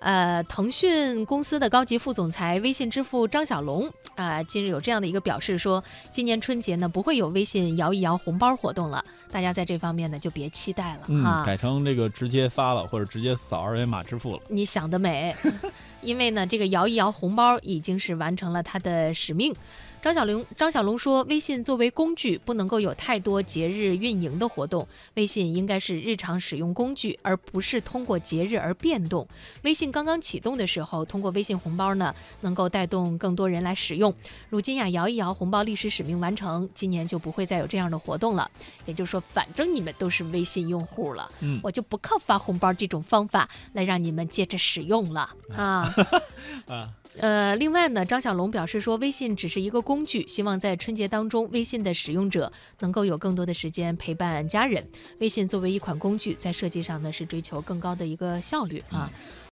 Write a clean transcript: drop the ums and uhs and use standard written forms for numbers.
腾讯公司的高级副总裁、微信支付张小龙近日有这样的一个表示说，今年春节呢不会有微信摇一摇红包活动了，大家在这方面呢就别期待了改成这个直接发了，或者直接扫二维码支付了。 你想得美。因为呢，这个摇一摇红包已经是完成了它的使命。张小龙说，微信作为工具，不能够有太多节日运营的活动。微信应该是日常使用工具，而不是通过节日而变动。微信刚刚启动的时候，通过微信红包呢，能够带动更多人来使用。如今呀，摇一摇红包历史使命完成，今年就不会再有这样的活动了。也就是说，反正你们都是微信用户了，我就不靠发红包这种方法来让你们接着使用了另外呢，张小龙表示说，微信只是一个工具，希望在春节当中，微信的使用者能够有更多的时间陪伴家人。微信作为一款工具，在设计上呢是追求更高的一个效率